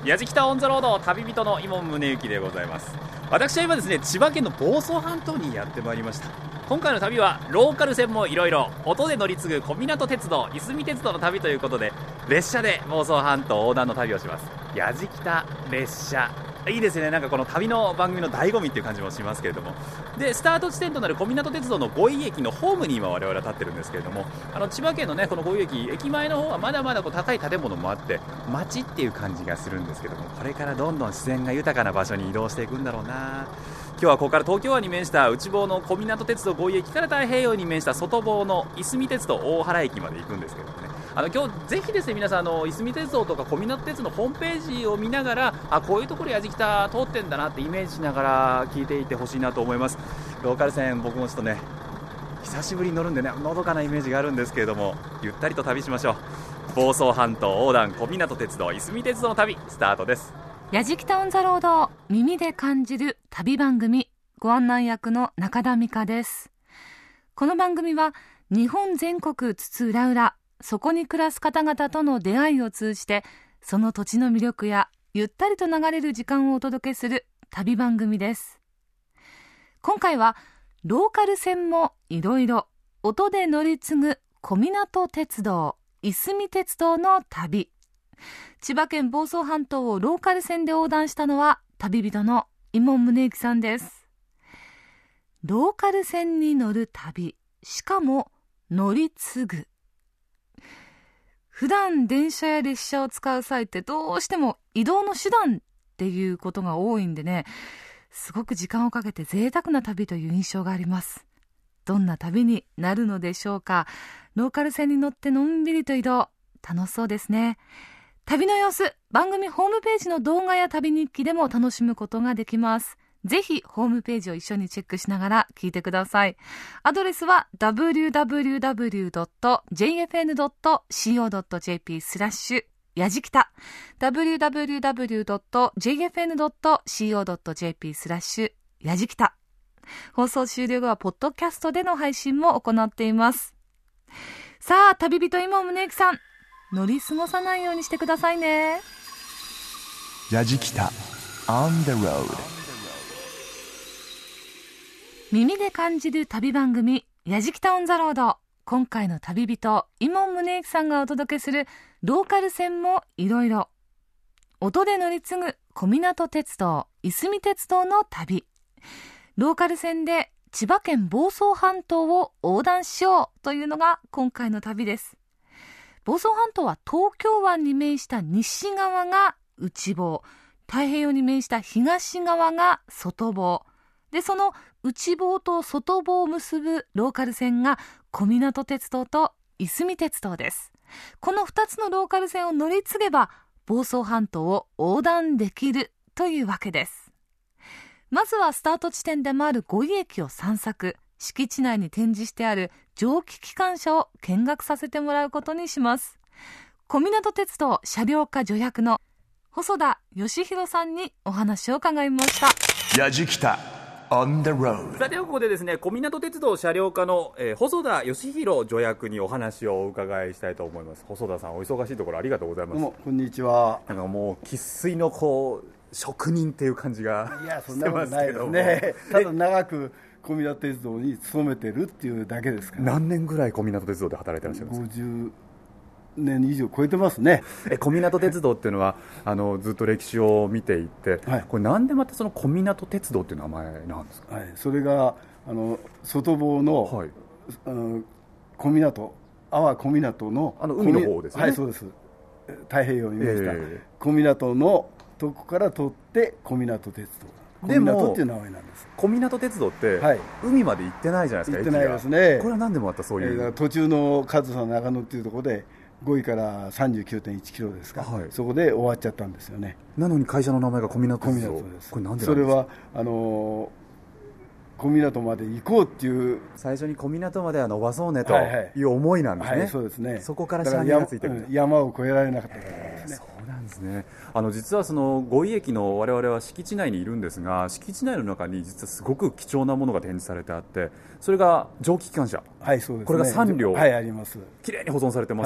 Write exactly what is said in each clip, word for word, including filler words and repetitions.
やじきたオンザロード旅人の伊門宗行でございます。私は今ですね、千葉県の房総半島にやってまいりました。今回の旅はローカル線もいろいろ音で乗り継ぐ小湊鉄道、いすみ鉄道の旅ということで、列車で房総半島横断の旅をします。やじきた列車、いいですね。なんかこの旅の番組の醍醐味っていう感じもしますけれども、でスタート地点となる小湊鉄道の五井駅のホームに今我々は立ってるんですけれども、あの千葉県のねこの五井駅、駅前の方はまだまだこう高い建物もあって街っていう感じがするんですけども、これからどんどん自然が豊かな場所に移動していくんだろうな。今日はここから東京湾に面した内房の小湊鉄道五井駅から太平洋に面した外房のいすみ鉄道大原駅まで行くんですけどもね、あの今日ぜひですね皆さん、あのいすみ鉄道とか小湊鉄道のホームページを見ながら、あこういうところやじきた通ってんだなってイメージしながら聞いていてほしいなと思います。ローカル線、僕もちょっとね久しぶりに乗るんでね、のどかなイメージがあるんですけれども、ゆったりと旅しましょう。房総半島横断小湊鉄道いすみ鉄道の旅スタートです。 やじきたオンザロード、耳で感じる旅番組、ご案内役の中田美香です。この番組は日本全国津々浦々、そこに暮らす方々との出会いを通じて、その土地の魅力やゆったりと流れる時間をお届けする旅番組です。今回はローカル線もいろいろ音で乗り継ぐ小湊鉄道、いすみ鉄道の旅。千葉県房総半島をローカル線で横断したのは旅人の伊門宗行さんです。ローカル線に乗る旅、しかも乗り継ぐ。普段電車や列車を使う際ってどうしても移動の手段っていうことが多いんでね、すごく時間をかけて贅沢な旅という印象があります。どんな旅になるのでしょうか。ローカル線に乗ってのんびりと移動、楽しそうですね。旅の様子、番組ホームページの動画や旅日記でも楽しむことができます。ぜひホームページを一緒にチェックしながら聞いてください。アドレスは ダブリューダブリューダブリュードットジェイエフエヌドットシーオードットジェーピー スラッシュやじきた ダブリューダブリューダブリュードットジェイエフエヌドットシーオードットジェーピー スラッシュやじきた。放送終了後はポッドキャストでの配信も行っています。さあ、旅人伊門宗行さん、乗り過ごさないようにしてくださいね。 やじきた On the road、 耳で感じる旅番組、やじきたオンザロード。今回の旅人伊門宗行さんがお届けするローカル線もいろいろ音で乗り継ぐ小湊鉄道、いすみ鉄道の旅。ローカル線で千葉県房総半島を横断しようというのが今回の旅です。房総半島は東京湾に面した西側が内房、太平洋に面した東側が外房で、その内房と外房を結ぶローカル線が小湊鉄道といすみ鉄道です。このふたつのローカル線を乗り継げば房総半島を横断できるというわけです。まずはスタート地点でもある五井駅を散策、敷地内に展示してある蒸気機関車を見学させてもらうことにします。小湊鉄道車両課助役の細田義弘さんにお話を伺いました。 やじきた On the road。 さてここでですね、小湊鉄道車両課の、えー、細田義弘助役にお話をお伺いしたいと思います。細田さん、お忙しいところありがとうございます。 どうもこんにちは。 なんかもう生粋のこう職人っていう感じがいやそんなことないですね。ただ長く小湊鉄道に勤めてるっていうだけですから。 何年ぐらい小湊鉄道で働いてらっしゃるんですか？ ごじゅうねん以上超えてますね。 え小湊鉄道っていうのはあのずっと歴史を見ていて、はい、これなんでまたその小湊鉄道っていう名前なんですか？ はい、それがあの外房の、はい、あの小湊、阿波小湊のあの海の方ですね。 はい、そうです。太平洋に面した、えー、小湊のとこから取って小湊鉄道。 でも小湊っていう名前なんです。 小湊鉄道って、はい、海まで行ってないじゃないですか。 行ってないですね。 これは何でもまたそういう、 えー、途中の上総長野っていうところでごいからさんじゅうきゅうてんいちキロですか、はい、そこで終わっちゃったんですよね。 なのに会社の名前が小湊鉄道。 小湊です。 これなんでなんですか？ それはあのー、小湊まで行こうっていう最初に小湊までは伸ばそうねという思いなんですね。 はいはい、そうですね。 そこから社名がついてくる。 山を越えられなかったからですね。 そうなんですね。あの実はその五井駅の我々は敷地内にいるんですが、敷地内の中に実はすごく貴重なものが展示されてあって、それが蒸気機関車。 はい、そうですね。 これがさんりょう、 はい、あります。 きれいに保存されてますが、はい、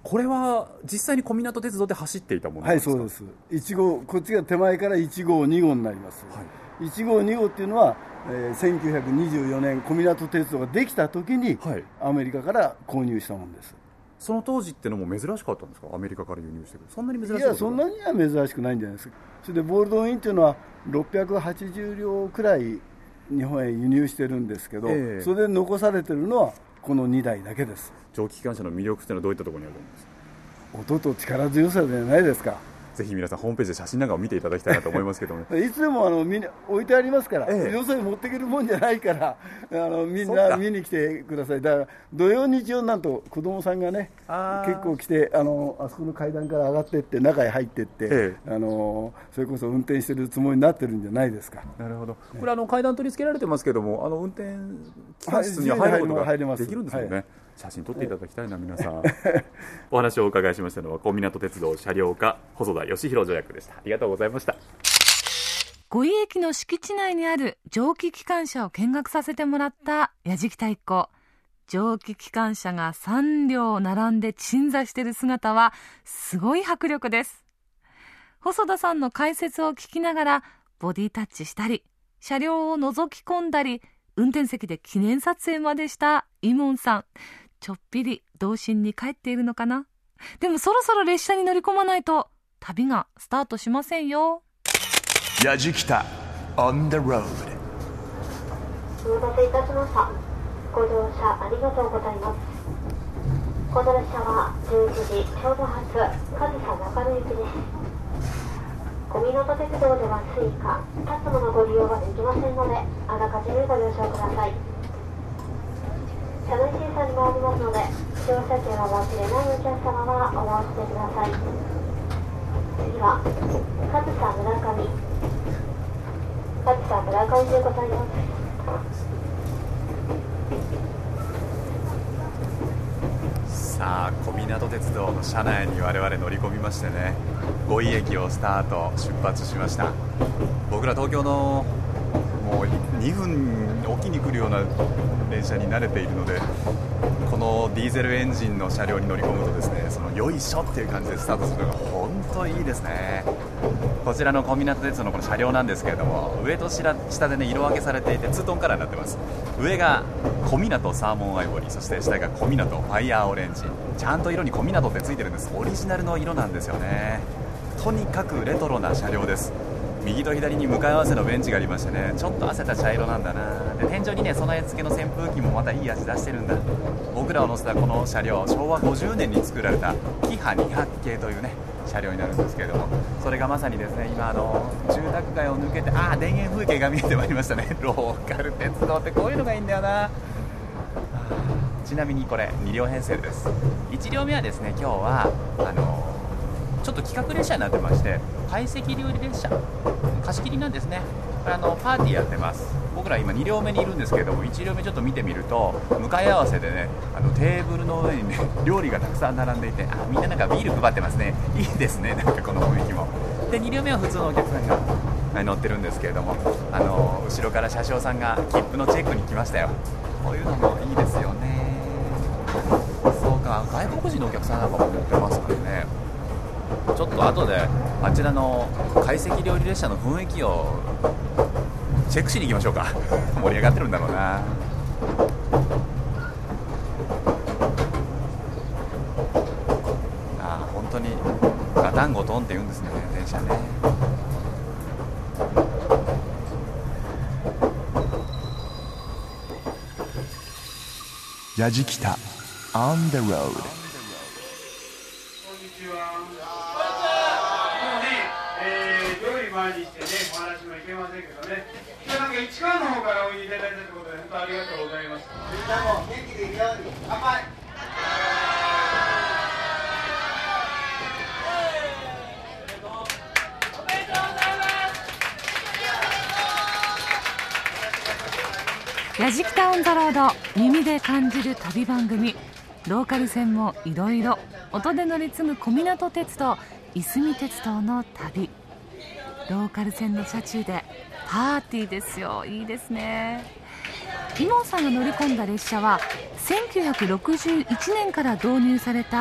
これは実際に小湊鉄道で走っていたものなんですか？ はい、そうです。いち号、こっちが手前からいち号に号になります、はい、いち号に号っていうのは、えー、せんきゅうひゃくにじゅうよねん小湊鉄道ができた時に、はい、アメリカから購入したものです。 その当時ってのも珍しかったんですか？アメリカから輸入してくる。そんなに珍しい？ いや、そんなには珍しくないんじゃないですか。それでボールドウィンっていうのはろっぴゃくはちじゅうりょうくらい日本へ輸入してるんですけど、えー、それで残されてるのはこのにだいだけです。 蒸気機関車の魅力っていうのはどういったところにあるんですか？ 音と力強さじゃないですか。 ぜひ皆さんホームページで写真なんかを見ていただきたいなと思いますけどねいつでもあのみんな置いてありますから、ええ、よそに持ってくるもんじゃないからあのみんな見に来てください。だから土曜日曜なんと子供さんがね結構来て、あのあそこの階段から上がっていって中へ入っていって、ええ、あのそれこそ運転してるつもりになってるんじゃないですか。 なるほど。これあの階段取り付けられてますけども、あの運転機関室には入ることができるんですよね、はい、写真撮っていただきたいな、皆さんお話をお伺いしましたのは小湊鉄道車両課細田義弘助役でした。ありがとうございました。 五井駅の敷地内にある蒸気機関車を見学させてもらった矢敷太一行。蒸気機関車がさんりょう並んで鎮座している姿はすごい迫力です。細田さんの解説を聞きながらボディタッチしたり、車両を覗き込んだり、運転席で記念撮影までしたイモンさん。ちょっぴり童心に帰っているのかな。でもそろそろ列車に乗り込まないと旅がスタートしませんよ。 やじきた on the road。 お待たせいたしました。ご乗車ありがとうございます。この列車はじゅういちじちょうど発上総中野行きです。小湊鉄道ではスイカ、パスモのご利用はできませんので、あらかじめご了承ください。車内審査に回りますので、乗車券を忘れないお客様はお申し出ください。次は上総村上、上総村上でございます。 さあ、小湊鉄道の車内に我々乗り込みましてね、五井駅をスタート出発しました。僕ら東京のもうにふんおきに来るような電車に慣れているので、このディーゼルエンジンの車両に乗り込むとですね、そのよいしょっていう感じでスタートするのが本当いいですね。こちらの小湊鉄道のこの車両なんですけれども、上と下でね色分けされていてツートンカラーになってます。上が小湊サーモンアイボリー、そして下が小湊ファイヤーオレンジ。ちゃんと色に小湊ってついてるんです。オリジナルの色なんですよね。とにかくレトロな車両です。右と左に向かい合わせのベンチがありましてね、ちょっと汗た茶色なんだな。で、天井にね備え付けの扇風機もまたいい味出してるんだ。僕らを乗せたこの車両、しょうわごじゅうねんに作られたキハにひゃく系というね車両になるんですけれども、それがまさにですね、今あの住宅街を抜けて、ああ田園風景が見えてまいりましたね。ローカル鉄道ってこういうのがいいんだよな。ちなみにこれにりょう編成です。いちりょうめはですね、今日はあのちょっと企画列車になってまして、懐石料理列車貸し切りなんですね。あのパーティーやってます。僕ら今にりょうめにいるんですけれども、いちりょうめちょっと見てみると向かい合わせでね、あのテーブルの上にね料理がたくさん並んでいて、あ、みんななんかビール配ってますね。いいですね、なんかこの雰囲気も。で、にりょうめは普通のお客さんが乗ってるんですけれども、あの後ろから車掌さんが切符のチェックに来ましたよ。こういうのもいいですよね。そうか、外国人のお客さんなんかも乗ってますからね。ちょっと後であちらの懐石料理列車の雰囲気をチェックしに行きましょうか。盛り上がってるんだろうな。あ、本当にガタンゴトンって言うんですね、電車ね。 やじきた on the road。 前にしてね、お話もいけませんけどね。なんか市川の方からおいでいただいたということで、本当ありがとうございます。みんなも元気でいるように、乾杯。おめでとうございます。やじきたオンザロード、耳で感じる旅番組。ローカル線もいろいろ、音で乗り継ぐ小湊鉄道、いすみ鉄道の旅。ローカル線の車中でパーティーですよ。いいですね。イモンさんが乗り込んだ列車はせんきゅうひゃくろくじゅういちねんから導入された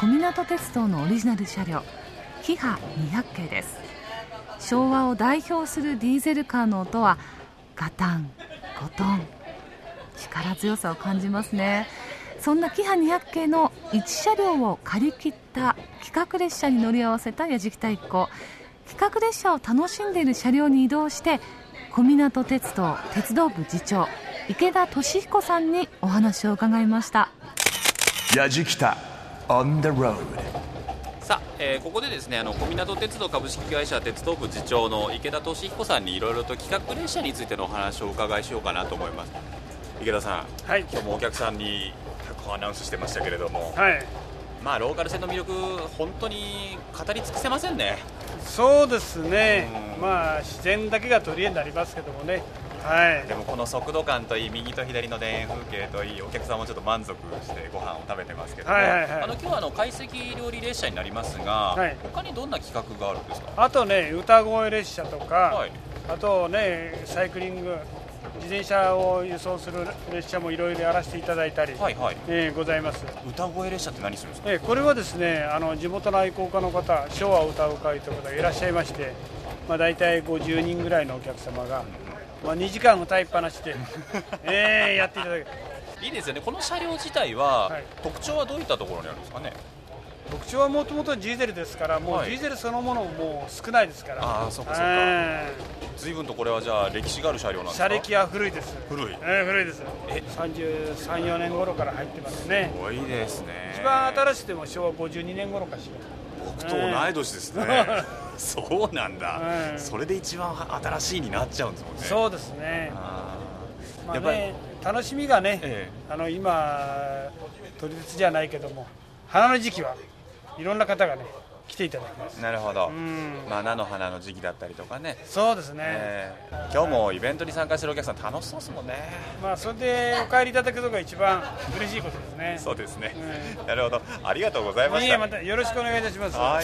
小湊鉄道のオリジナル車両キハにひゃく系です。昭和を代表するディーゼルカーの音はガタンゴトン、力強さを感じますね。そんなキハにひゃく系のいち車両を借り切った企画列車に乗り合わせたやじきた一行。企画列車を楽しんでいる車両に移動して小湊鉄道鉄道部次長池田俊彦さんにお話を伺いました。 やじきた on the road。 さあ、えー、ここでですね、あの小湊鉄道株式会社鉄道部次長の池田俊彦さんにいろいろと企画列車についてのお話をお伺いしようかなと思います。池田さん、はい、今日もお客さんにアナウンスしてましたけれども、はい、まあローカル線の魅力本当に語り尽くせませんね。 そうですね、うん、まあ自然だけが取り柄になりますけどもね、はい、 でもこの速度感といい右と左の田園風景といいお客さんもちょっと満足してご飯を食べてますけども、はいはいはい、あの今日はあの懐石料理列車になりますが、はい、他にどんな企画があるんですか？ あとね歌声列車とか、はい、あとねサイクリング自転車を輸送する列車もいろいろやらせていただいたり、はいはい、えー、ございます。 歌声列車って何するんですか？ えー、これはですね、あの地元の愛好家の方、昭和を歌う会という方がいらっしゃいまして、まあ、大体ごじゅうにんぐらいのお客様が、まあ、にじかん歌いっぱなしで、えー、やっていただける。 いいですよね。この車両自体は、はい、特徴はどういったところにあるんですかね？ 特徴はもともとディーゼルですから、もうディーゼルそのものももう少ないですから。 ああ、そうかそうか。随分とこれはじゃあ歴史がある車両なんですか？ 車歴は古いです。 古い。 えー、古いです。え、さんじゅうさん、よねん頃から入ってますね。 すごいですね。 一番新しくてもしょうわごじゅうにねん頃かしら。 僕と同い年ですね。えー、そうなんだ、えー。それで一番新しいになっちゃうんですもんね。 そうですね。あまあね、楽しみがね、えー、あの今撮り鉄じゃないけども、花の時期はいろんな方がね来ていただきます。 なるほど、うん、まあ、菜の花の時期だったりとかね。 そうですね、 えー、今日もイベントに参加してるお客さん楽しそうですもんね。 まあそれでお帰りいただくのが一番嬉しいことですね。 そうですね、うん、なるほど、ありがとうございました。いえ、 またよろしくお願いいたします。 はい。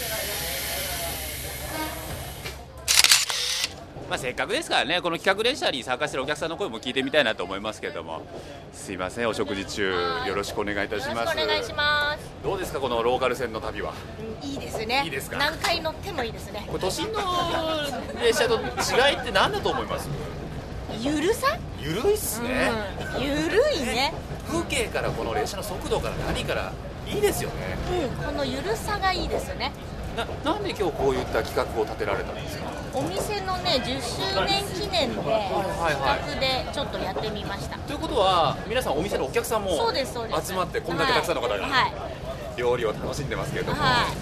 まあ、せっかくですからね、この企画列車に参加しているお客さんの声も聞いてみたいなと思いますけれども、すいません、お食事中よろしくお願いいたします。 よろしくお願いします。 どうですか、このローカル線の旅は？ いいですね。 いいですか？ 何回乗ってもいいですね。 これ都心の列車と違いって何だと思います？ ゆるさ？ ゆるいっすね、 うん、ゆるいね。 風景からこの列車の速度から何からいいですよね。 うん、このゆるさがいいですね。 な, なんで今日こういった企画を立てられたんですか？ お店のねじゅっしゅうねん記念で企画でちょっとやってみました。 ということは皆さんお店のお客さんも集まってこんだけたくさんの方が、はいはい、料理を楽しんでますけれども、はい、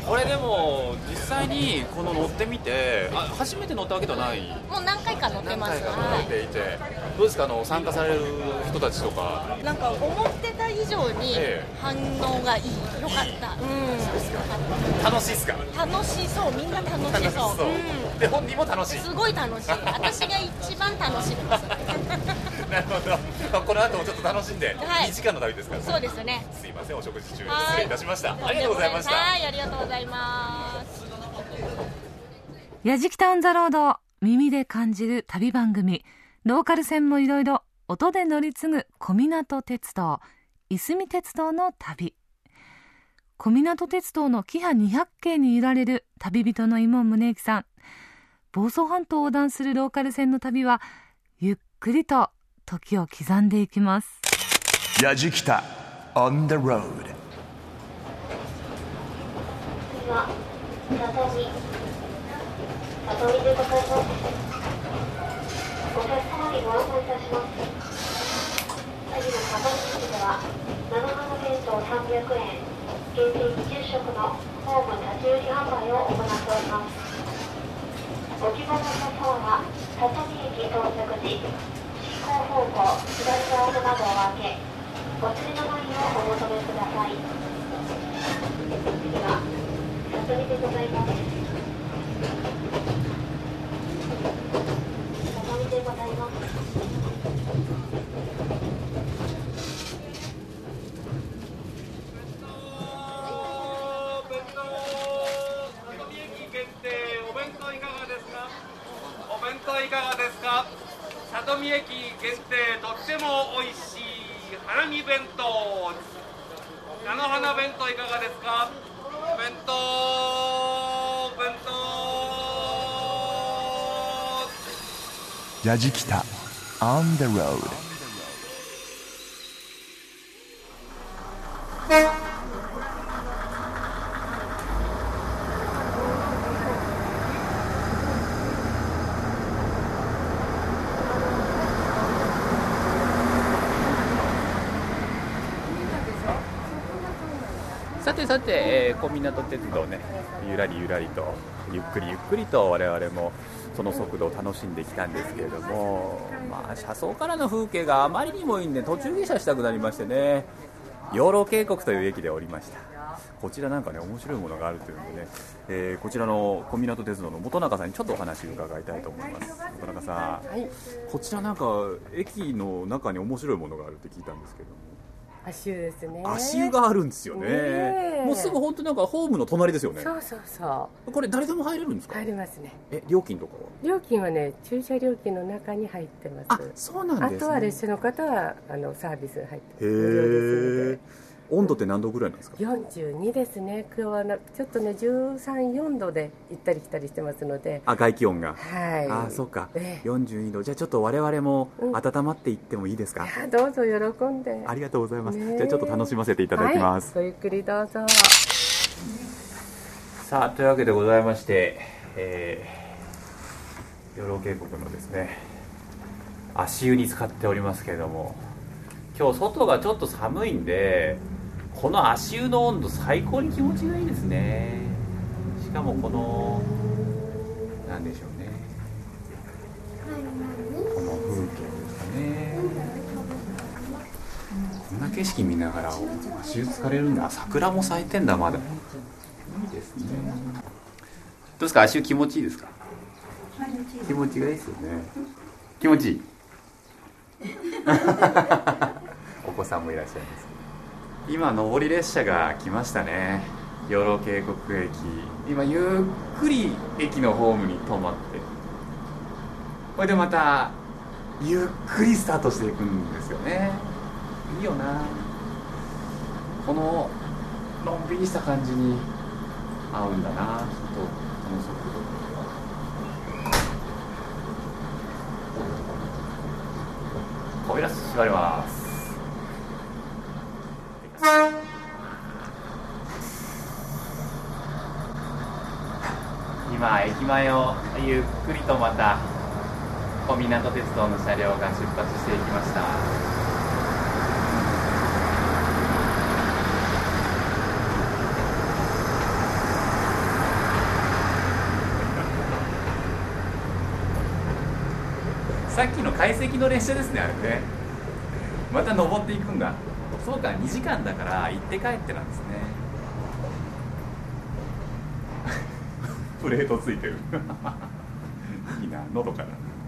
これでも実際にこの乗ってみて、あ、初めて乗ったわけではない？ もう何回か乗ってます。 何回か乗られていて、はい、どうですか、あの参加される人たちとか。 なんか思ってた以上に反応がいい、ええ、よかった、うん、 楽しいっすか？ 楽しそう、みんな楽しそう、そう、 うん、で本人も楽しい？ すごい楽しい、私が一番楽しんでます。 なるほど、この後もちょっと楽しんで、はい、にじかんの旅ですから、ね、 そうですね。 すいません、お食事中失礼いたしました。ありがとうございました。 はい、ありがとうございます。 やじきたオンザロード、耳で感じる旅番組。ローカル線もいろいろ音で乗り継ぐ小湊鉄道、いすみ鉄道の旅。小湊鉄道のキハにひゃく系に揺られる旅人の伊門宗行さん。房総半島を横断するローカル線の旅はゆっくりと時を刻んでいきます。 やじきた on the road。 次は里見里見でございます。お客様にご案内いたします。次の里見駅では菜の花弁当さんびゃくえん、限定にじゅっしょくのホーム立ち売り販売を行っております。ご希望のお客様は里見駅到着時、進行方向左側の窓を開け、お釣りの前をお求めください。次は里見でございます。里見でございます。 いかがですか？里見駅限定とっても美味しい花見弁当。 菜の花弁当いかがですか？弁当弁当やじきた On the road。 さてさて、えー、小湊鉄道ね、ゆらりゆらりとゆっくりゆっくりと我々もその速度を楽しんできたんですけれども、まあ、車窓からの風景があまりにもいいんで途中下車したくなりましてね、養老渓谷という駅で降りました。こちらなんかね面白いものがあるというのでね、えー、こちらの小湊鉄道の本中さんにちょっとお話を伺いたいと思います。本中さん、はい、こちらなんか駅の中に面白いものがあるって聞いたんですけども。 足湯ですね。 足湯があるんですよ ね, ねもうすぐ本当なんかホームの隣ですよね。 そうそうそう。 これ誰でも入れるんですか？ 入れますね。 え、料金とかは？料金はね、駐車料金の中に入ってます。 あ、そうなんですね。 あとは列車の方はあのサービス入ってる。へえ。温度って何度ぐらいなんですか？ よんじゅうにですね。今日はなちょっとねじゅうさん、よんどで行ったり来たりしてますので。 あ、外気温が。 はい。 あ、そうか、ええ、よんじゅうにど。じゃあちょっと我々も温まっていってもいいですか？ うん、どうぞ喜んで。 ありがとうございます、ね、じゃあちょっと楽しませていただきます、 はい、ごゆっくりどうぞ。 さあ、というわけでございまして、えー、養老渓谷のですね足湯に使っておりますけれども、今日外がちょっと寒いんでこの足湯の温度最高に気持ちがいいですね。しかもこのなんでしょうね、この風景ですかね。こんな景色見ながら足湯疲れるんだ。桜も咲いてんだ。まだいいですね。どうですか、足湯気持ちいいですか？気持ちがいいですよね。気持ちいいお子さんもいらっしゃいます。今上り列車が来ましたね。養老渓谷駅、今ゆっくり駅のホームに止まって、これでまたゆっくりスタートしていくんですよね。いいよな、こののんびりした感じに合うんだな、きっとこの速度。扉閉まります。今駅前をゆっくりとまた小湊鉄道の車両が出発していきました。さっきの懐石の列車ですね、あれね。また登っていくんだ。そうか、にじかんだから行って帰ってなんですね。プレートついてるいいな、のどかだな。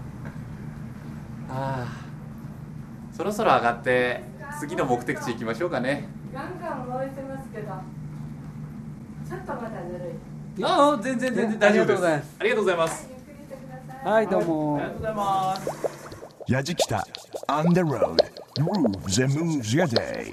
あ、そろそろ上がって次の目的地行きましょうかね。 ガンガン燃えてますけど、ちょっとまだぬるい。 ああ、全然全然大丈夫です。ありがとうございます。 はい、どうも。 ありがとうございます。 やじきた On the road grooves and moves your day。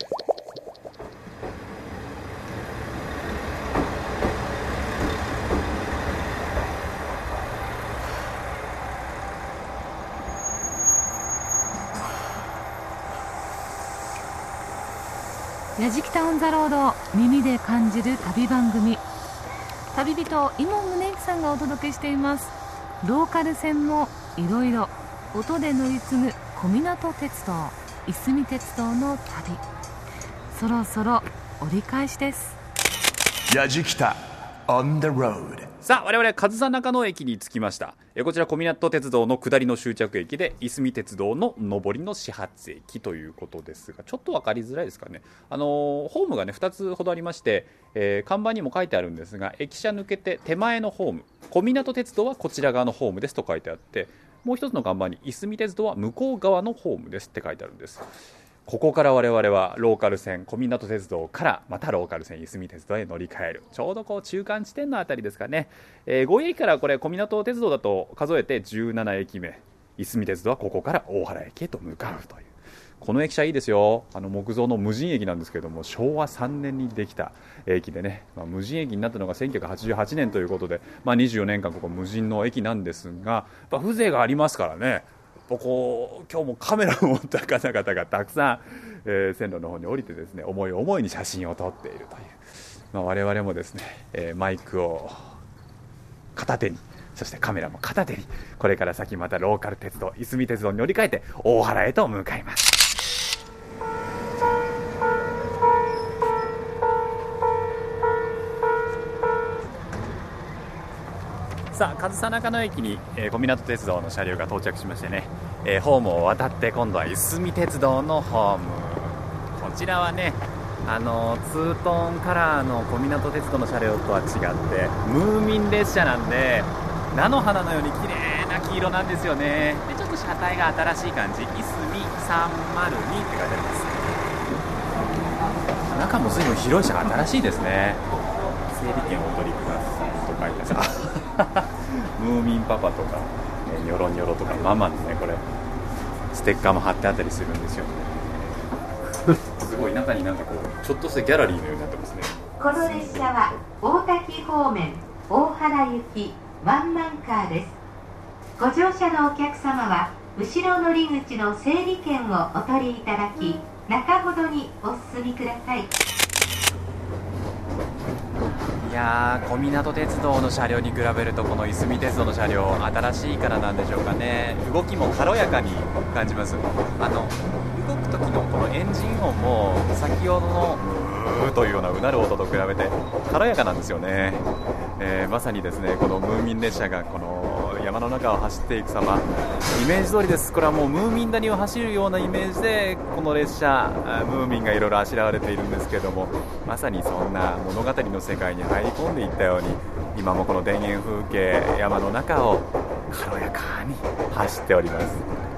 やじきたオンザロード、耳で感じる旅番組。旅人伊門宗行さんがお届けしています。ローカル線もいろいろ、音で乗り継ぐ小湊鉄道、いすみ鉄道の旅。そろそろ折り返しです。 やじきた On the road。 さあ、我々上総中野駅に着きました。えこちら小湊鉄道の下りの終着駅で、いすみ鉄道の上りの始発駅ということですが、ちょっと分かりづらいですかね。あのー、ホームがねふたつほどありまして、えー、看板にも書いてあるんですが、駅舎抜けて手前のホーム、小湊鉄道はこちら側のホームですと書いてあって、もう一つの看板にいすみ鉄道は向こう側のホームですって書いてあるんです。ここから我々はローカル線小湊鉄道からまたローカル線いすみ鉄道へ乗り換える、ちょうどこう中間地点のあたりですかね。えー、ご駅からこれ小湊鉄道だと数えてじゅうななえきめ、いすみ鉄道はここから大原駅へと向かうという、 この駅舎いいですよ。あの木造の無人駅なんですけども、しょうわさんねんにできた駅でね、まあ、無人駅になったのがせんきゅうひゃくはちじゅうはちねんということで、まあ、にじゅうよねんかんここ無人の駅なんですが、やっぱ風情がありますからね、ここ今日もカメラを持った方々がたくさん、えー、線路の方に降りてですね、思い思いに写真を撮っているという、まあ、我々もですね、えー、マイクを片手に、そしてカメラも片手に、これから先またローカル鉄道、いすみ鉄道に乗り換えて大原へと向かいます。さあ上総中野駅に、えー、小湊鉄道の車両が到着しましてね、えー、ホームを渡って今度はいすみ鉄道のホーム、こちらはね、あのツートーンカラーの小湊鉄道の車両とは違ってムーミン列車なんで、菜の花のように綺麗な黄色なんですよね。でちょっと車体が新しい感じ、いすみさんまるにって書いてあります。中も随分広い車が新しいですね。整理券をお取りくださいと書いてあるムーミンパパとか、えー、ニョロニョロとかママのね、これステッカーも貼ってあったりするんですよねすごい中になんかこうちょっとしたギャラリーのようになってますね。 この列車は大滝方面大原行きワンマンカーです。ご乗車のお客様は後ろ乗り口の整理券をお取りいただき、中ほどにお進みください。 いやー、小湊鉄道の車両に比べるとこのいすみ鉄道の車両新しいからなんでしょうかね、動きも軽やかに感じます。あの動く時のこのエンジン音も先ほどのうーというようなうなる音と比べて軽やかなんですよね。えー、まさにですね、このムーミン列車がこの山の中を走っていく様、イメージ通りです。これはもうムーミン谷を走るようなイメージでこの列車、ムーミンがいろいろあしらわれているんですけれども、まさにそんな物語の世界に入り込んでいったように、今もこの田園風景、山の中を軽やかに走っております。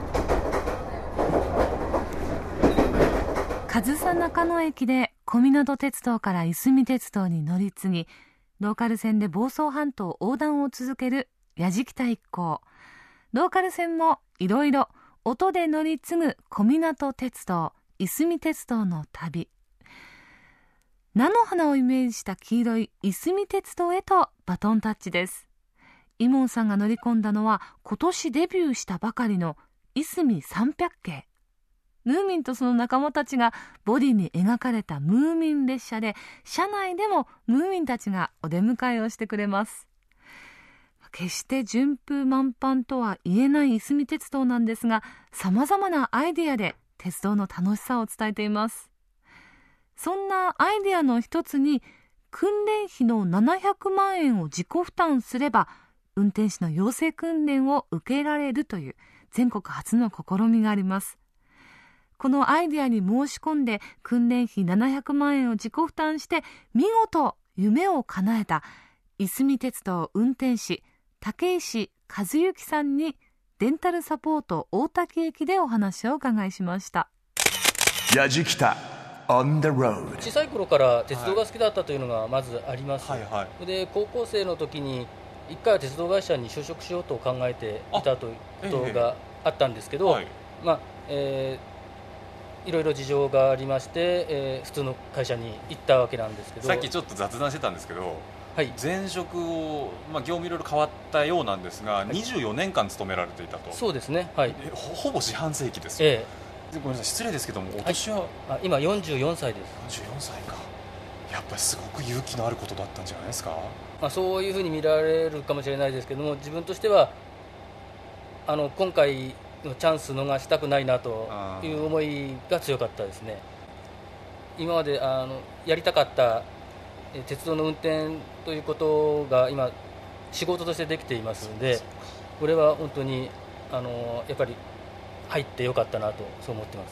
上総中野駅で小湊鉄道からいすみ鉄道に乗り継ぎ、ローカル線で房総半島横断を続けるやじきた一行。ローカル線もいろいろ音で乗り継ぐ小湊鉄道、いすみ鉄道の旅。菜の花をイメージした黄色いいすみ鉄道へとバトンタッチです。イモンさんが乗り込んだのは今年デビューしたばかりのいすみさんびゃくけい。ムーミンとその仲間たちがボディに描かれたムーミン列車で、車内でもムーミンたちがお出迎えをしてくれます。決して順風満帆とは言えないいすみ鉄道なんですが、様々なアイデアで鉄道の楽しさを伝えています。そんなアイデアの一つに、訓練費のななひゃくまんえんを自己負担すれば運転士の養成訓練を受けられるという全国初の試みがあります。このアイデアに申し込んで訓練費ななひゃくまんえんを自己負担して見事夢を叶えたいすみ鉄道運転士竹石和幸さんにデンタルサポート大滝駅でお話をお伺いしました。 やじきた on the road。 小さい頃から鉄道が好きだったというのがまずあります、はいはいはい、で高校生の時に一回は鉄道会社に就職しようと考えていたということがあったんですけど、はい、まあえーいろいろ事情がありまして、えー、普通の会社に行ったわけなんですけど、 さっきちょっと雑談してたんですけど、はい、前職を、まあ、業務いろいろ変わったようなんですが、はい、にじゅうよねんかん勤められていたと。 そうですね、はい、 ほ, ほぼ四半世紀ですよ、えー、ごめんなさい失礼ですけどもお年は、はい、 あ今よんじゅうよんさいです。よんじゅうよんさいか。やっぱりすごく勇気のあることだったんじゃないですか。 まあ、そういうふうに見られるかもしれないですけども、自分としてはあの今回チャンス逃したくないなという思いが強かったですね。今まであのやりたかった鉄道の運転ということが今仕事としてできていますので、これは本当にあのやっぱり入ってよかったなとそう思ってます。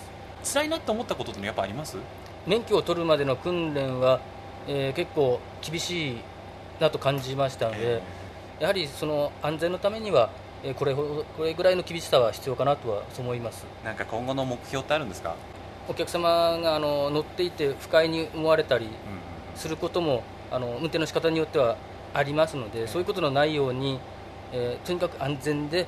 辛いなと思ったことってやっぱあります？ 免許を取るまでの訓練は、えー、結構厳しいなと感じましたので、えー、やはりその安全のためにはこれ、これぐらいの厳しさは必要かなとはそう思います。 なんか今後の目標ってあるんですか？ お客様があの乗っていて不快に思われたりすることも、うん、あの運転の仕方によってはありますので、そういうことのないように、えー、とにかく安全で、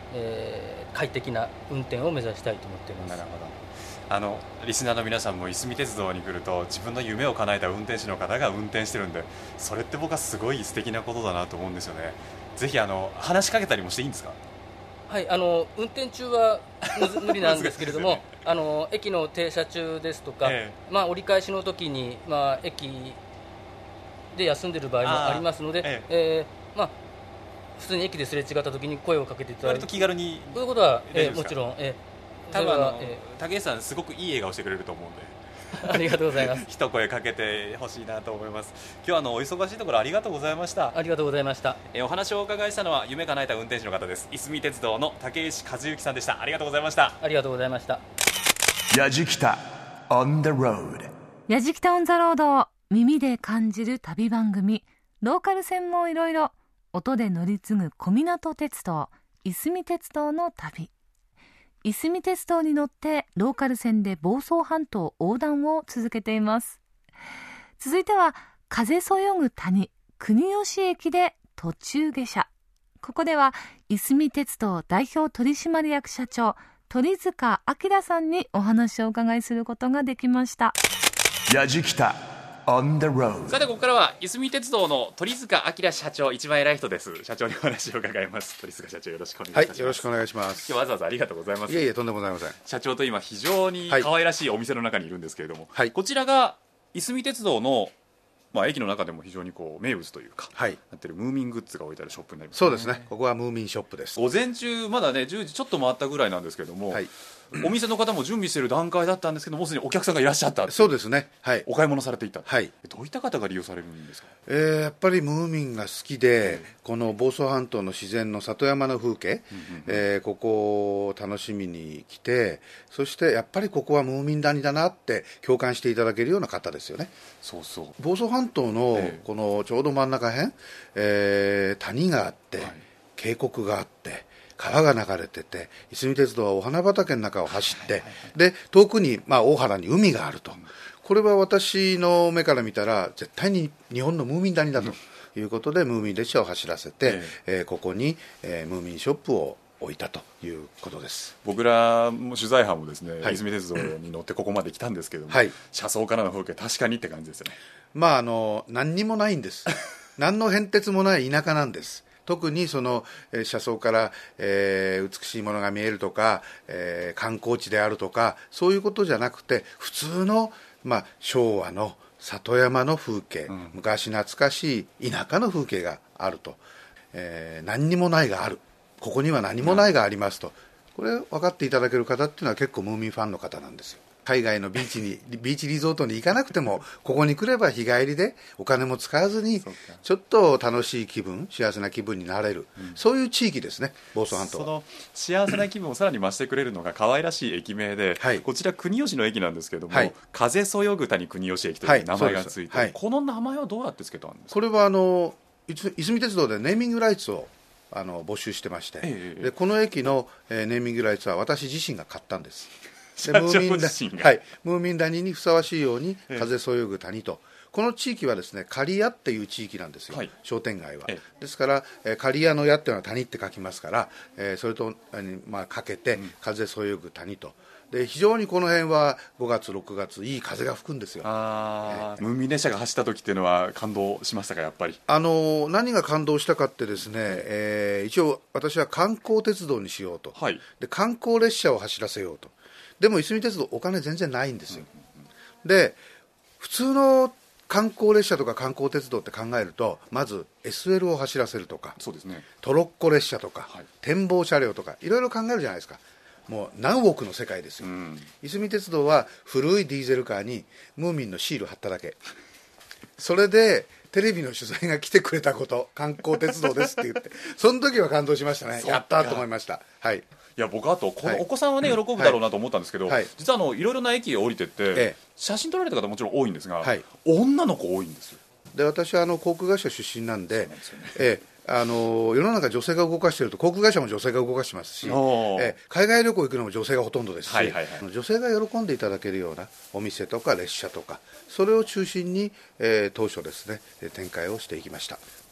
えー、快適な運転を目指したいと思っています。 なるほど。あのリスナーの皆さんもいすみ鉄道に来ると自分の夢を叶えた運転手の方が運転してるんで、それって僕はすごい素敵なことだなと思うんですよね。ぜひあの話しかけたりもしていいんですか？ はい、あの運転中は無理なんですけれども、ね、あの駅の停車中ですとか、ええまあ、折り返しの時に、まあ、駅で休んでいる場合もありますので、えええーまあ、普通に駅ですれ違った時に声をかけていただいて、割と気軽にそういうことは、えー、もちろん、えー多分あの、えー、竹内さんすごくいい笑顔してくれると思うんでありがとうございます一声かけてほしいなと思います。今日はあのお忙しいところありがとうございました。 ありがとうございました。 えー、お話をお伺いしたのは夢叶えた運転手の方です。いすみ鉄道の竹石和之さんでした。ありがとうございました。 ありがとうございました。 やじきた on the road。 やじきたオンザロード、耳で感じる旅番組、ローカル線もいろいろ、音で乗り継ぐ小湊鉄道、いすみ鉄道の旅。いすみ鉄道に乗ってローカル線で房総半島横断を続けています。続いては風そよぐ谷国吉駅で途中下車。ここではいすみ鉄道代表取締役社長鳥塚明さんにお話をお伺いすることができました。 やじきたOn the road。 さてここからはいすみ鉄道の鳥塚明社長、一番偉い人です。社長にお話を伺います。鳥塚社長、よろしくお願いします。 はい、よろしくお願いします。 今日わざわざありがとうございます。 いえいえ、とんでもございません。 社長と今非常に可愛らしいお店の中にいるんですけれども、 はい、 こちらがいすみ鉄道の、まあ、駅の中でも非常にこう名物というか、 はい、 なってるムーミングッズが置いてあるショップになります、ね、 そうですね、ここはムーミンショップです。 午前中まだねじゅうじちょっと回ったぐらいなんですけれども、はい、お店の方も準備している段階だったんですけども、すでにお客さんがいらっしゃった。 そうですね、はい、 お買い物されていた、 はい、 どういった方が利用されるんですか？ えー、やっぱりムーミンが好きで、この房総半島の自然の里山の風景、うんうんうんえー、ここを楽しみに来て、そしてやっぱりここはムーミン谷だなって共感していただけるような方ですよね。 そうそう、 房総半島のこのちょうど真ん中辺、えー、谷があって、はい、渓谷があって川が流れてて、いすみ鉄道はお花畑の中を走って、はいはいはい、で遠くに、まあ、大原に海があると、うん、これは私の目から見たら絶対に日本のムーミン谷だということで、うん、ムーミン列車を走らせて、えーえー、ここに、えー、ムーミンショップを置いたということです。 僕らも取材班もですね、はい、いすみ鉄道に乗ってここまで来たんですけども、はい、車窓からの風景確かにって感じですよね。 まああの何にもないんです何の変哲もない田舎なんです。特にその、えー、車窓から、えー、美しいものが見えるとか、えー、観光地であるとか、そういうことじゃなくて、普通の、まあ、昭和の里山の風景、うん、昔懐かしい田舎の風景があると、えー、何にもないがある、ここには何もないがありますと、これ分かっていただける方っていうのは結構ムーミンファンの方なんですよ。海外のビーチにビーチリゾートに行かなくても、ここに来れば日帰りでお金も使わずにちょっと楽しい気分、幸せな気分になれる、うん、そういう地域ですね、房総半島は。 その幸せな気分をさらに増してくれるのが可愛らしい駅名で、はい、こちら国吉の駅なんですけども、はい、風そよぐ谷国吉駅という名前がついて、はい、この名前はどうやってつけたんですか？ これはあのいすみ鉄道でネーミングライツをあの募集してまして、ええ、でこの駅の、えー、ネーミングライツは私自身が買ったんです。でムーミン谷、はい、ムーミン谷にふさわしいように風そよぐ谷と、この地域はですね刈谷っていう地域なんですよ、はい、商店街は。ですから、えー、刈谷の谷っていうのは谷って書きますから、えー、それと、えーまあ、かけて風そよぐ谷と。で非常にこの辺はごがつろくがついい風が吹くんですよ。 あ、えー、ムーミン列車が走った時っていうのは感動しましたか？やっぱりあの何が感動したかってですね、えー、一応私は観光鉄道にしようと、はい、で観光列車を走らせようと。でもいすみ鉄道お金全然ないんですよ、うんうんうん、で普通の観光列車とか観光鉄道って考えると、まず エスエル を走らせるとか、 そうですね、 トロッコ列車とか、はい、展望車両とかいろいろ考えるじゃないですか。もう何億の世界ですよ、うん、いすみ鉄道は古いディーゼルカーにムーミンのシール貼っただけそれでテレビの取材が来てくれたこと、観光鉄道ですって言ってその時は感動しましたね。やったと思いました。はい、 いや僕あとこのお子さんはね、はい、喜ぶだろうなと思ったんですけど、はい、実はあのいろいろな駅へ降りてって、ええ、写真撮られた方もちろん多いんですが、はい、女の子多いんですよ。 で私はあの航空会社出身なんで、ええあの世の中女性が動かしていると航空会社も女性が動かしてますし、え海外旅行行くのも女性がほとんどですし、はいはいはい、女性が喜んでいただけるようなお店とか列車とか、それを中心に、えー、当初ですね展開をしていきました。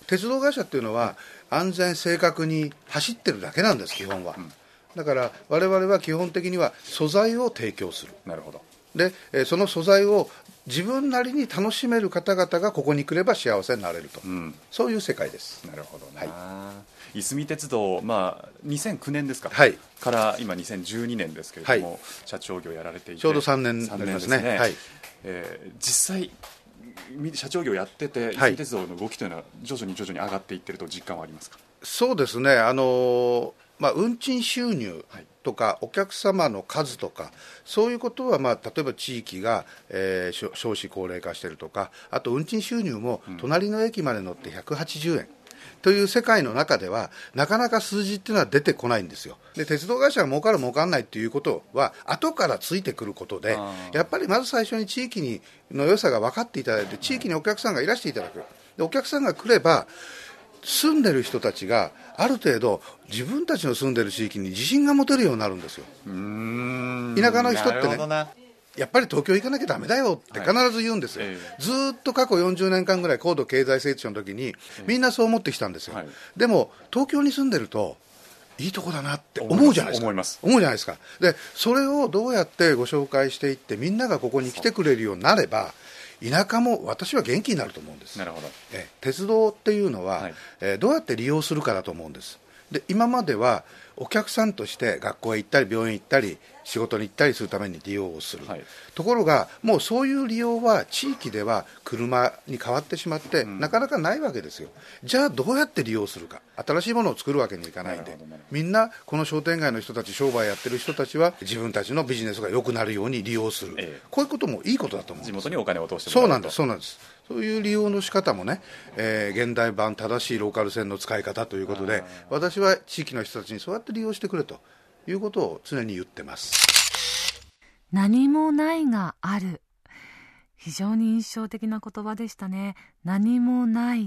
鉄道会社っていうのは安全正確に走ってるだけなんです、基本は、うん、だから我々は基本的には素材を提供する。 なるほど。 で、えその素材を自分なりに楽しめる方々がここに来れば幸せになれると、うん、そういう世界です。 なるほどな、はい、いすみ鉄道、まあ、にせんきゅうねんですか、 はい、 から今にせんじゅうにねんですけれども、はい、社長業やられていてちょうどさんねんになりますね。はい、 えー、実際社長業やってて、いすみ鉄道の動きというのは徐々に徐々に上がっていっていると実感はありますか？ そうですね、あの、まあ、運賃収入とか、はい、お客様の数とかそういうことは、まあ、例えば地域が、えー、少子高齢化しているとか、あと運賃収入も隣の駅まで乗ってひゃくはちじゅうえん、という世界の中ではなかなか数字っていうのは出てこないんですよ。で、鉄道会社が儲かる儲かんないっていうことは後からついてくることで、やっぱりまず最初に地域にの良さが分かっていただいて、地域にお客さんがいらしていただく。で、お客さんが来れば住んでる人たちがある程度自分たちの住んでる地域に自信が持てるようになるんですよ。うーん、田舎の人ってね、やっぱり東京行かなきゃダメだよって必ず言うんですよ、はい、ずっと過去よんじゅうねんかんぐらい高度経済成長の時にみんなそう思ってきたんですよ、はい、でも東京に住んでるといいとこだなって思うじゃないですか。 思います。 思うじゃないですか。で、それをどうやってご紹介していってみんながここに来てくれるようになれば田舎も私は元気になると思うんです。 なるほど。 え鉄道っていうのは、はい、えー、どうやって利用するかだと思うんです。で、今まではお客さんとして学校へ行ったり病院行ったり仕事に行ったりするために利用をする、はい、ところがもうそういう利用は地域では車に変わってしまって、うん、なかなかないわけですよ。じゃあどうやって利用するか、新しいものを作るわけにいかないんで、みんなこの商店街の人たち、商売やってる人たちは自分たちのビジネスが良くなるように利用する、ええ、こういうこともいいことだと思うんです。 地元にお金を落としてもらうと。 そうなんです、そうなんです。そういう利用の仕方もね、えー、現代版正しいローカル線の使い方ということで、私は地域の人たちにそうやって利用してくれということを常に言ってます。 何もないがある、非常に印象的な言葉でしたね。何もないって、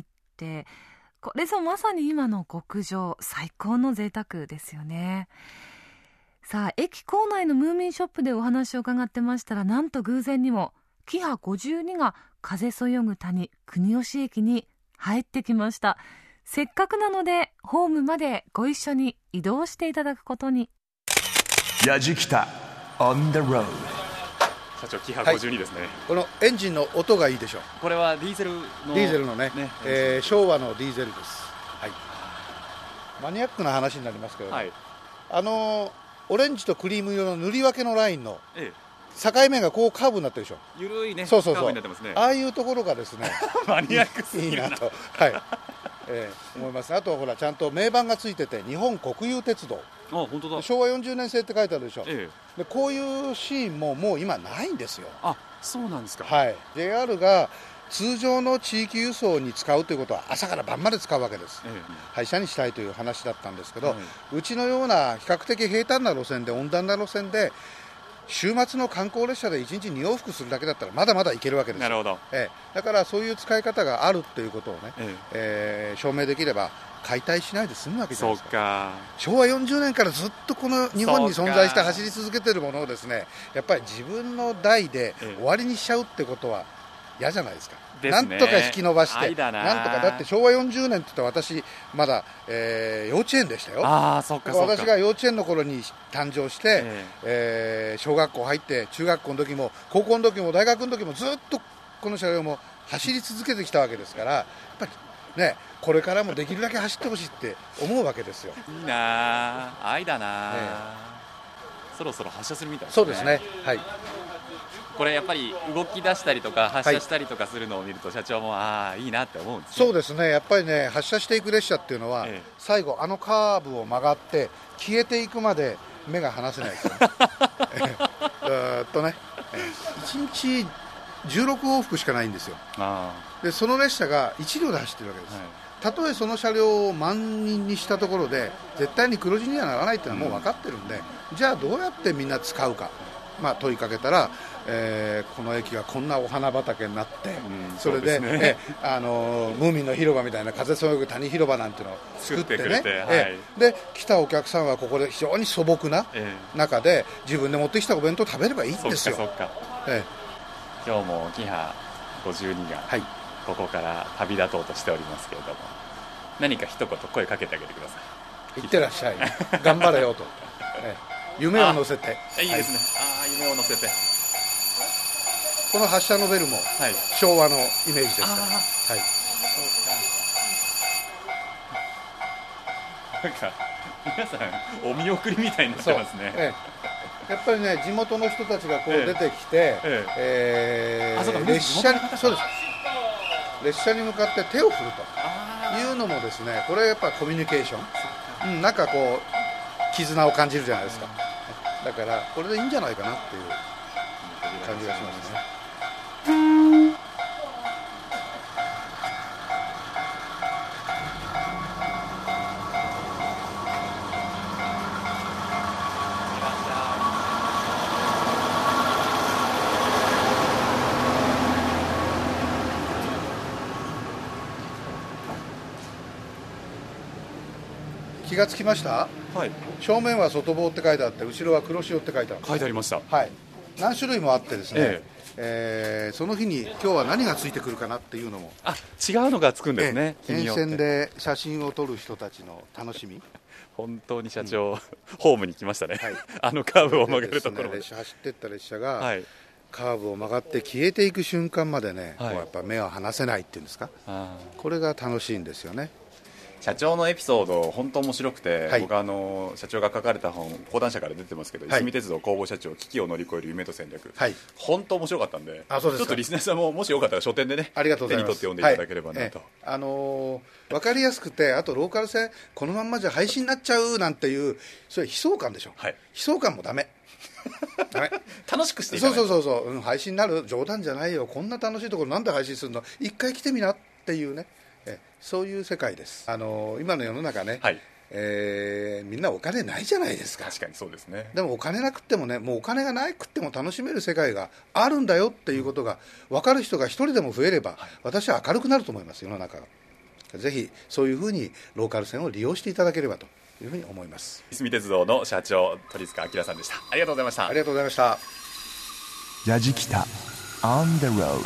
これぞまさに今の極上、最高の贅沢ですよね。さあ、駅構内のムーミンショップでお話を伺ってましたら、なんと偶然にもキハごじゅうにが風そよぐ谷国吉駅に入ってきました。せっかくなのでホームまでご一緒に移動していただくことに。 やじきた on the road。 社長、キハごじゅうにですね、はい、 このエンジンの音がいいでしょ。 これはディーゼルのディーゼルのね、ね、えー、昭和のディーゼルです、はい、マニアックな話になりますけど、ね、はい、あのオレンジとクリーム色の塗り分けのラインの、ええ、境目がこうカーブになってるでしょ。 ゆるいね、 そうそうそう、 カーブになってますね。 ああいうところがですねマニアックすぎるないいなと、はい、えー、思います。あとほら、ちゃんと名板がついてて日本国有鉄道、 あ、本当だ、 昭和よんじゅうねん製って書いてあるでしょ、 ええ、でこういうシーンももう今ないんですよ。 あ、そうなんですか。 はい、ジェイアール が通常の地域輸送に使うということは朝から晩まで使うわけです、ええ、廃車にしたいという話だったんですけど、はい、うちのような比較的平坦な路線で温暖な路線で週末の観光列車でいちにちに往復するだけだったらまだまだ行けるわけです。 なるほど、 ええ、だからそういう使い方があるっていうことをね、えええー、証明できれば解体しないで済むわけじゃないですか。 そうか、 昭和よんじゅうねんからずっとこの日本に存在して走り続けているものをですね、やっぱり自分の代で終わりにしちゃうってことは嫌じゃないですか。 ですね、 なんとか引き伸ばして、 ななんとか、だって昭和よんじゅうねんって言ったら私まだ、えー、幼稚園でしたよ。 あ、そっかそっか。 私が幼稚園の頃に誕生して、えーえー、小学校入って中学校の時も高校の時も大学の時もずっとこの車両も走り続けてきたわけですから、やっぱりね、これからもできるだけ走ってほしいって思うわけですよ。 いいな、愛だな、ね、そろそろ発車するみたいですね。 そうですね、はい。 これやっぱり動き出したりとか発車したりとかするのを見ると、はい、社長もああいいなって思うんですね。 そうですね、やっぱりね、発車していく列車っていうのは、ええ、最後あのカーブを曲がって消えていくまで目が離せないですよねずーっとね、いちにちじゅうろく往復しかないんですよ。あ、でその列車がいちりょうで走ってるわけです、はい、たとえその車両を満員にしたところで絶対に黒字にはならないっていうのはもう分かってるんで、うん、じゃあどうやってみんな使うか、まあ、問いかけたら、えー、この駅がこんなお花畑になって、うん、それで、ね、えあのムーミンの広場みたいな風そよぐ谷広場なんていうのを作ってね、 作ってくれて、はい、 えで来たお客さんはここで非常に素朴な中で自分で持ってきたお弁当を食べればいいんですよ。 そっかそっか、え今日もキハごじゅうにがここから旅立とうとしておりますけれども、 何か一言声かけてあげてください。いってらっしゃい頑張れよと、ええ、夢を乗せて。 あいいですね、はい、あ夢を乗せて。 この発射のベルも昭和のイメージですから、はい、 なんか皆さんお見送りみたいになってますね。ええ、やっぱりね地元の人たちがこう出てきて、えええー、列車にそうです列車に向かって手を振るというのもですね、これやっぱコミュニケーション、うん、なんかこう絆を感じるじゃないですか。だからこれでいいんじゃないかなっていう感じがしますね。気がつきました？はい。正面は外房って書いてあって、後ろは黒潮って書いてある。 書いてありました。 はい。何種類もあってですね、えええー、その日に今日は何がついてくるかなっていうのも、 あ、違うのがつくんですね。 えー、沿線で写真を撮る人たちの楽しみ。 本当に社長、うん、ホームに来ましたね。はい、あのカーブを曲がるところ、 ね、列車走ってった列車が、はい、カーブを曲がって消えていく瞬間までね、はい、こうやっぱ目を離せないっていうんですか。これが楽しいんですよね。 社長のエピソード本当面白くて、はい、僕あの社長が書かれた本講談社から出てますけど、はい、いすみ鉄道工房社長危機を乗り越える夢と戦略、はい、本当面白かったんで、あ、そうですか。ちょっとリスナーさんももしよかったら書店でね、ありがとうございます、手に取って読んでいただければなと、はい、ええ、あのー、分かりやすくて、あとローカル線このまんまじゃ廃止になっちゃうなんていう、それ悲壮感でしょ、はい、悲壮感もダメ楽しくしていかない。 そうそうそうそう、うん、廃止になる冗談じゃないよ、こんな楽しいところなんで廃止するの、一回来てみなっていうね、えそういう世界です。あの今の世の中ね、はい、えー、みんなお金ないじゃないですか。 確かにそうですね。 でもお金なくってもね、もうお金がなくっても楽しめる世界があるんだよっていうことが分かる人が一人でも増えれば、はい、私は明るくなると思います、世の中が。ぜひそういうふうにローカル線を利用していただければというふうに思います。 いすみ鉄道の社長鳥塚明さんでした。ありがとうございました。 ありがとうございました。 やじきた On the road。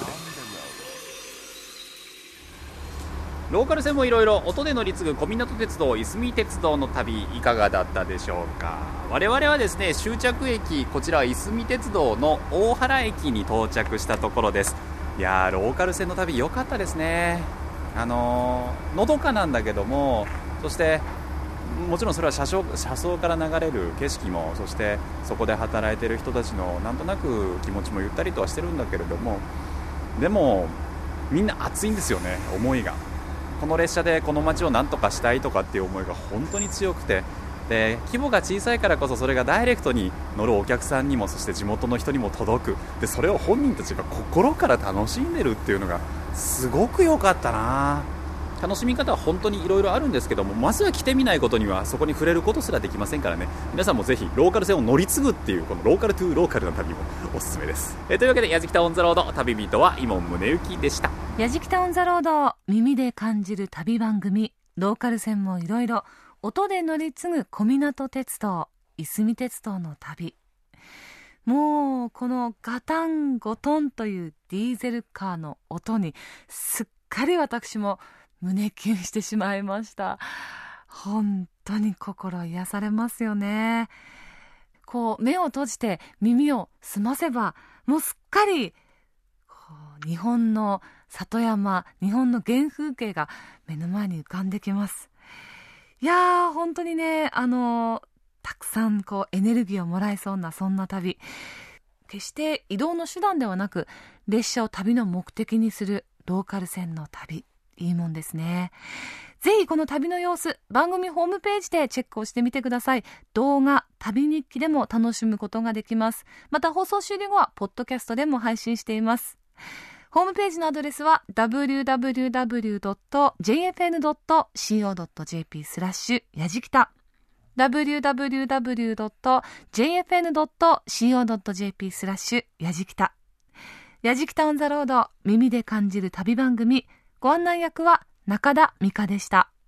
ローカル線もいろいろ音で乗り継ぐ小湊鉄道いすみ鉄道の旅いかがだったでしょうか。我々はですね、終着駅こちらいすみ鉄道の大原駅に到着したところです。いやー、ローカル線の旅良かったですね。あのー、のどかなんだけども、そしてもちろんそれは車窓、車窓から流れる景色も、そしてそこで働いている人たちのなんとなく気持ちもゆったりとはしてるんだけれども、でもみんな熱いんですよね、思いが。この列車でこの街を何とかしたいとかっていう思いが本当に強くて、で規模が小さいからこそそれがダイレクトに乗るお客さんにも、そして地元の人にも届く。でそれを本人たちが心から楽しんでるっていうのがすごく良かったな。楽しみ方は本当にいろいろあるんですけども、まずは来てみないことにはそこに触れることすらできませんからね。皆さんもぜひローカル線を乗り継ぐっていうこのローカルトゥーローカルな旅もおすすめです。えというわけで、やじきたオンザロード、旅人は伊門宗行でした。 やじきたオンザロード、耳で感じる旅番組。ローカル線もいろいろ、音で乗り継ぐ小湊鉄道いすみ鉄道の旅。もうこのガタンゴトンというディーゼルカーの音にすっかり私も胸キュンしてしまいました。本当に心癒されますよね。こう目を閉じて耳を澄ませば、もうすっかりこう日本の里山、日本の原風景が目の前に浮かんできます。いやー、本当にね、あのたくさんこうエネルギーをもらえそうな、そんな旅。決して移動の手段ではなく、列車を旅の目的にするローカル線の旅、いいもんですね。ぜひこの旅の様子、番組ホームページでチェックをしてみてください。動画、旅日記でも楽しむことができます。また放送終了後はポッドキャストでも配信しています。ホームページのアドレスは ダブリューダブリューダブリュードットジェイエフエヌドットシーオードットジェーピー スラッシュやじきた ダブリューダブリューダブリュードットジェイエフエヌドットシーオードットジェーピー スラッシュやじきた。やじきたオンザロード、耳で感じる旅番組。ご案内役は中田美香でした。